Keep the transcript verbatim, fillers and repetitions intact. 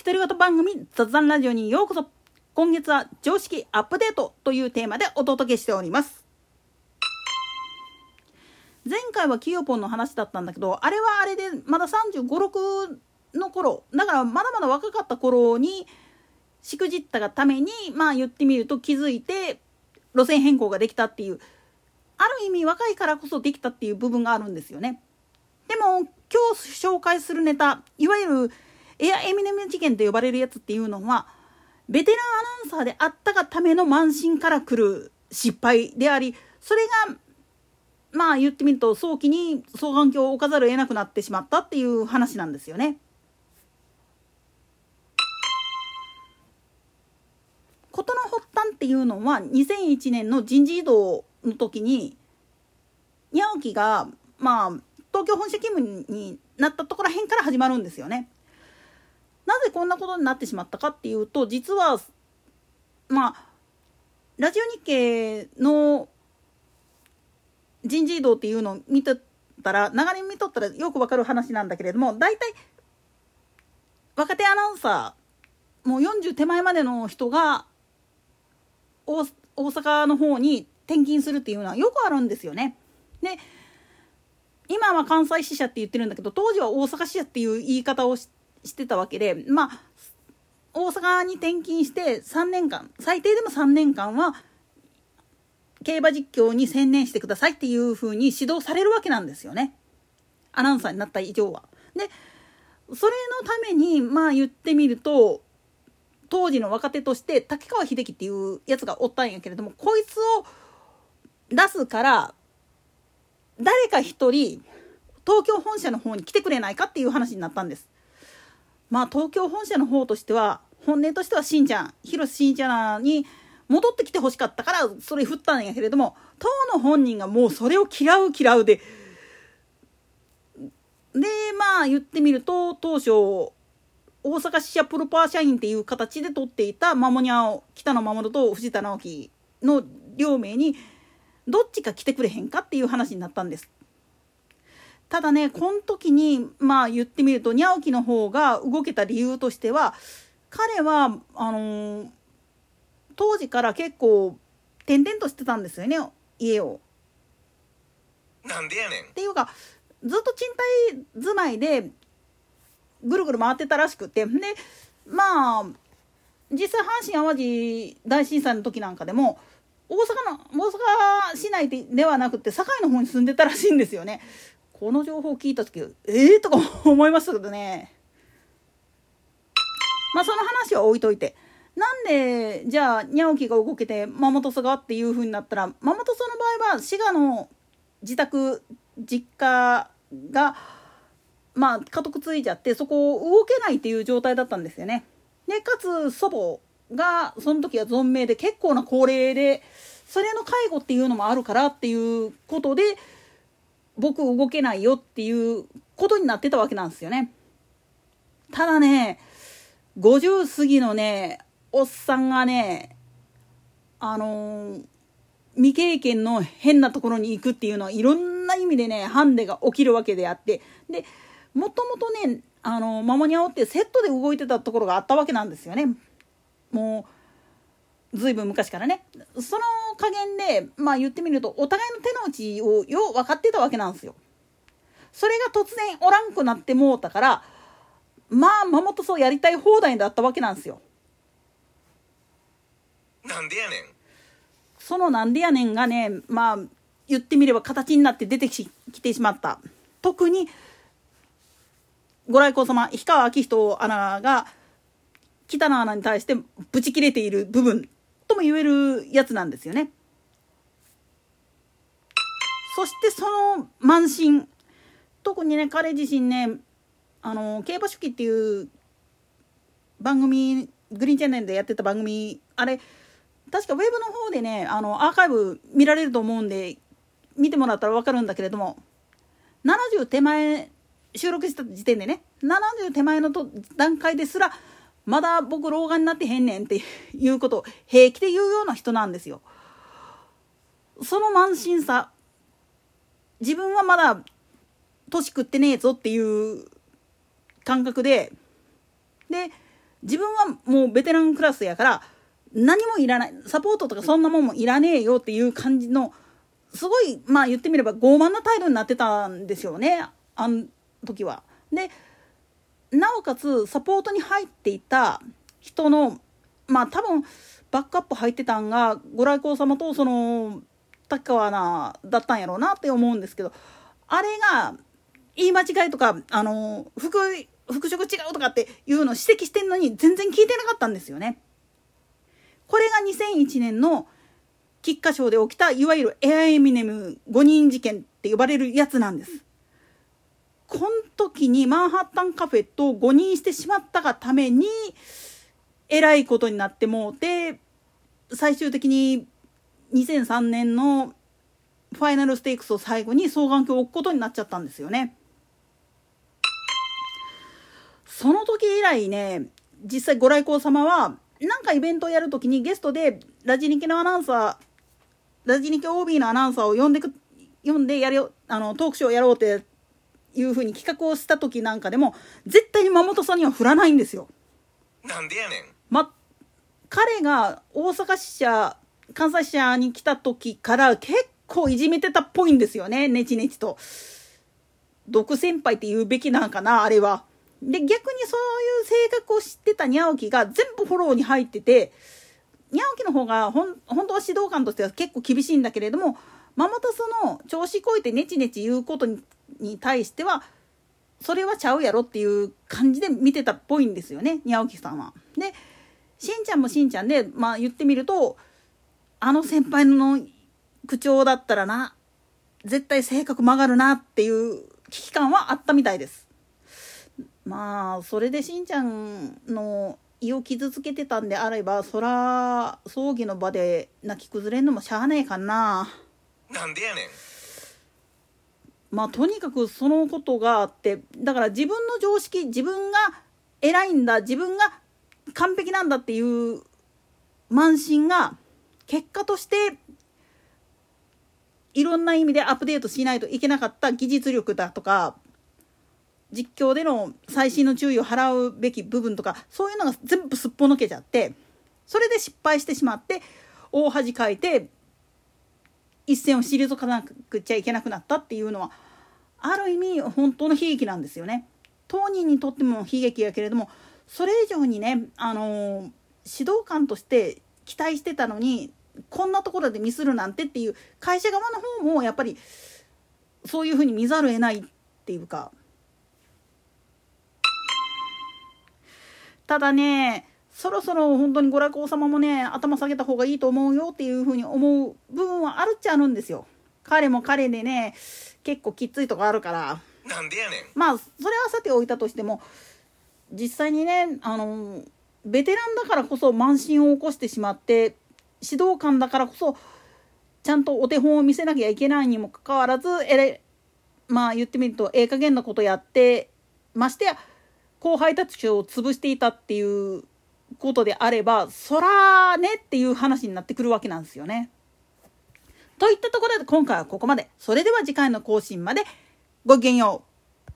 独り言番組雑談ラジオにようこそ。今月は常識アップデートというテーマでお届けしております。前回はキヨポンの話だったんだけど、あれはあれでまださんじゅうご、ろくの頃だからまだまだ若かった頃にしくじったがために、まあ言ってみると気づいて路線変更ができたっていう、ある意味若いからこそできたっていう部分があるんですよね。でも今日紹介するネタ、いわゆるエアエミネム事件と呼ばれるやつっていうのは、ベテランアナウンサーであったがための慢心から来る失敗であり、それがまあ言ってみると早期に双眼鏡を置かざるを得なくなってしまったっていう話なんですよね。事の発端っていうのはにせんいちねんの人事異動の時にニャオキがまあ東京本社勤務になったところらへんから始まるんですよね。なぜこんなことになってしまったかっていうと、実はまあラジオ日経の人事異動っていうのを見てたら、流れ見とったらよくわかる話なんだけれども、大体若手アナウンサーもうよんじゅう手前までの人が 大, 大阪の方に転勤するっていうのはよくあるんですよね。で今は関西支社って言ってるんだけど、当時は大阪支社っていう言い方を し, してたわけで、まあ大阪に転勤してさんねんかん、最低でもさんねんかんは競馬実況に専念してくださいっていう風に指導されるわけなんですよね、アナウンサーになった以上は。でそれのためにまあ言ってみると、当時の若手として竹川秀樹っていうやつがおったんやけれども、こいつを出すから誰か一人東京本社の方に来てくれないかっていう話になったんです。まあ東京本社の方としては、本音としてはしんちゃん、広瀬しんちゃんに戻ってきてほしかったからそれ振ったんやけれども、当の本人がもうそれを嫌う嫌うででまあ言ってみると、当初大阪支社プロパー社員っていう形で取っていたマモニャオ、北野守と藤田直樹の両名にどっちか来てくれへんかっていう話になったんです。ただね、この時にまあ言ってみると、ニャオキの方が動けた理由としては、彼はあのー、当時から結構転々としてたんですよね、家を。 なんでやねんっていうかずっと賃貸住まいでぐるぐる回ってたらしくて、でまあ実際阪神淡路大震災の時なんかでも大阪の大阪市内ではなくて堺の方に住んでたらしいんですよね。この情報を聞いた時ええー、とか思いましたけどね。まあその話は置いといて、なんでじゃあニャオキが動けてマモトソがっていう風になったら、マモトソの場合は滋賀の自宅実家がまあ家督ついちゃって、そこを動けないっていう状態だったんですよね。でかつ祖母がその時は存命で結構な高齢で、それの介護っていうのもあるからっていうことで僕動けないよっていうことになってたわけなんですよね。ただね、ごじゅう過ぎのねおっさんがね、あのー、未経験の変なところに行くっていうのはいろんな意味でねハンデが起きるわけであって、でもともとねあのマモニャオってセットで動いてたところがあったわけなんですよね。もうずいぶん昔からね。その加減でまあ言ってみると、お互いの手の内をよう分かってたわけなんですよ。それが突然おらんくなってもうたから、まあマモトソやりたい放題だったわけなんですよ。 なんでやねん。 そのなんでやねんがね、まあ言ってみれば形になって出てきてしまった。特にご来光様氷川明人アナが北野アナに対してブチ切れている部分とも言えるやつなんですよね。そしてその慢心、特にね彼自身ね、あの競馬初期っていう番組、グリーンチャンネルでやってた番組、あれ確かウェブの方でねあのアーカイブ見られると思うんで見てもらったら分かるんだけれども、ななじゅう手前収録した時点でね、ななじゅう手前のと段階ですらまだ僕老眼になってへんねんっていうことを平気で言うような人なんですよ。その慢心さ、自分はまだ年食ってねえぞっていう感覚でで自分はもうベテランクラスやから何もいらない、サポートとかそんなもんもいらねえよっていう感じのすごい、まあ言ってみれば傲慢な態度になってたんですよね、あの時は。でなおかつサポートに入っていた人のまあ多分バックアップ入ってたんがご来光様とその滝川アナだったんやろうなって思うんですけど、あれが言い間違いとかあの服服飾違うとかっていうのを指摘してんのに全然聞いてなかったんですよね。これがにせんいちねんの菊花賞で起きたいわゆるエアエミネムごにん事件って呼ばれるやつなんです。この時にマンハッタンカフェと誤認してしまったがためにえらいことになってもうて、最終的ににせんさんねんのファイナルステークスを最後に双眼鏡を置くことになっちゃったんですよね。その時以来ね、実際ご来光様はなんかイベントをやるときにゲストでラジニケのアナウンサーラジニケ オービー のアナウンサーを呼んでく呼んでやるよあのトークショーをやろうっていう風に企画をした時なんかでも絶対に間本さんには振らないんですよ。 なんでやねん。 ま、彼が大阪支社関西支社に来た時から結構いじめてたっぽいんですよね、ネチネチと。毒先輩って言うべきなんかなあれは。で逆にそういう性格を知ってたにゃおきが全部フォローに入ってて、にゃおきの方がほん本当は指導官としては結構厳しいんだけれども、間本その調子こいてネチネチ言うことにに対してはそれはちゃうやろっていう感じで見てたっぽいんですよね、にゃおきさんは。でしんちゃんもしんちゃんで、まあ言ってみるとあの先輩の口調だったらな絶対性格曲がるなっていう危機感はあったみたいです。まあそれでしんちゃんの胃を傷つけてたんであれば、そら葬儀の場で泣き崩れんのもしゃあねえかな。 なんでやねん。 まあとにかくそのことがあって、だから自分の常識、自分が偉いんだ、自分が完璧なんだっていう慢心が結果としていろんな意味でアップデートしないといけなかった技術力だとか実況での細心の注意を払うべき部分とか、そういうのが全部すっぽ抜けちゃって、それで失敗してしまって大恥かいて一線を退かなくちゃいけなくなったっていうのはある意味本当の悲劇なんですよね。当人にとっても悲劇やけれども、それ以上にね、あのー、指導官として期待してたのにこんなところでミスるなんてっていう会社側の方もやっぱりそういうふうに見ざるを得ないっていうか。ただね、そろそろ本当にご来光様もね頭下げた方がいいと思うよっていうふうに思う部分はあるっちゃあるんですよ。彼も彼でね結構きついとこあるから。 なんでやねん。 まあそれはさておいたとしても、実際にねあのベテランだからこそ慢心を起こしてしまって、指導官だからこそちゃんとお手本を見せなきゃいけないにもかかわらず、えれまあ言ってみるとええ加減なことやって、ましてや後輩たちを潰していたっていうことであれば、そらねっていう話になってくるわけなんですよね。といったところで今回はここまで。それでは次回の更新までごきげんよう。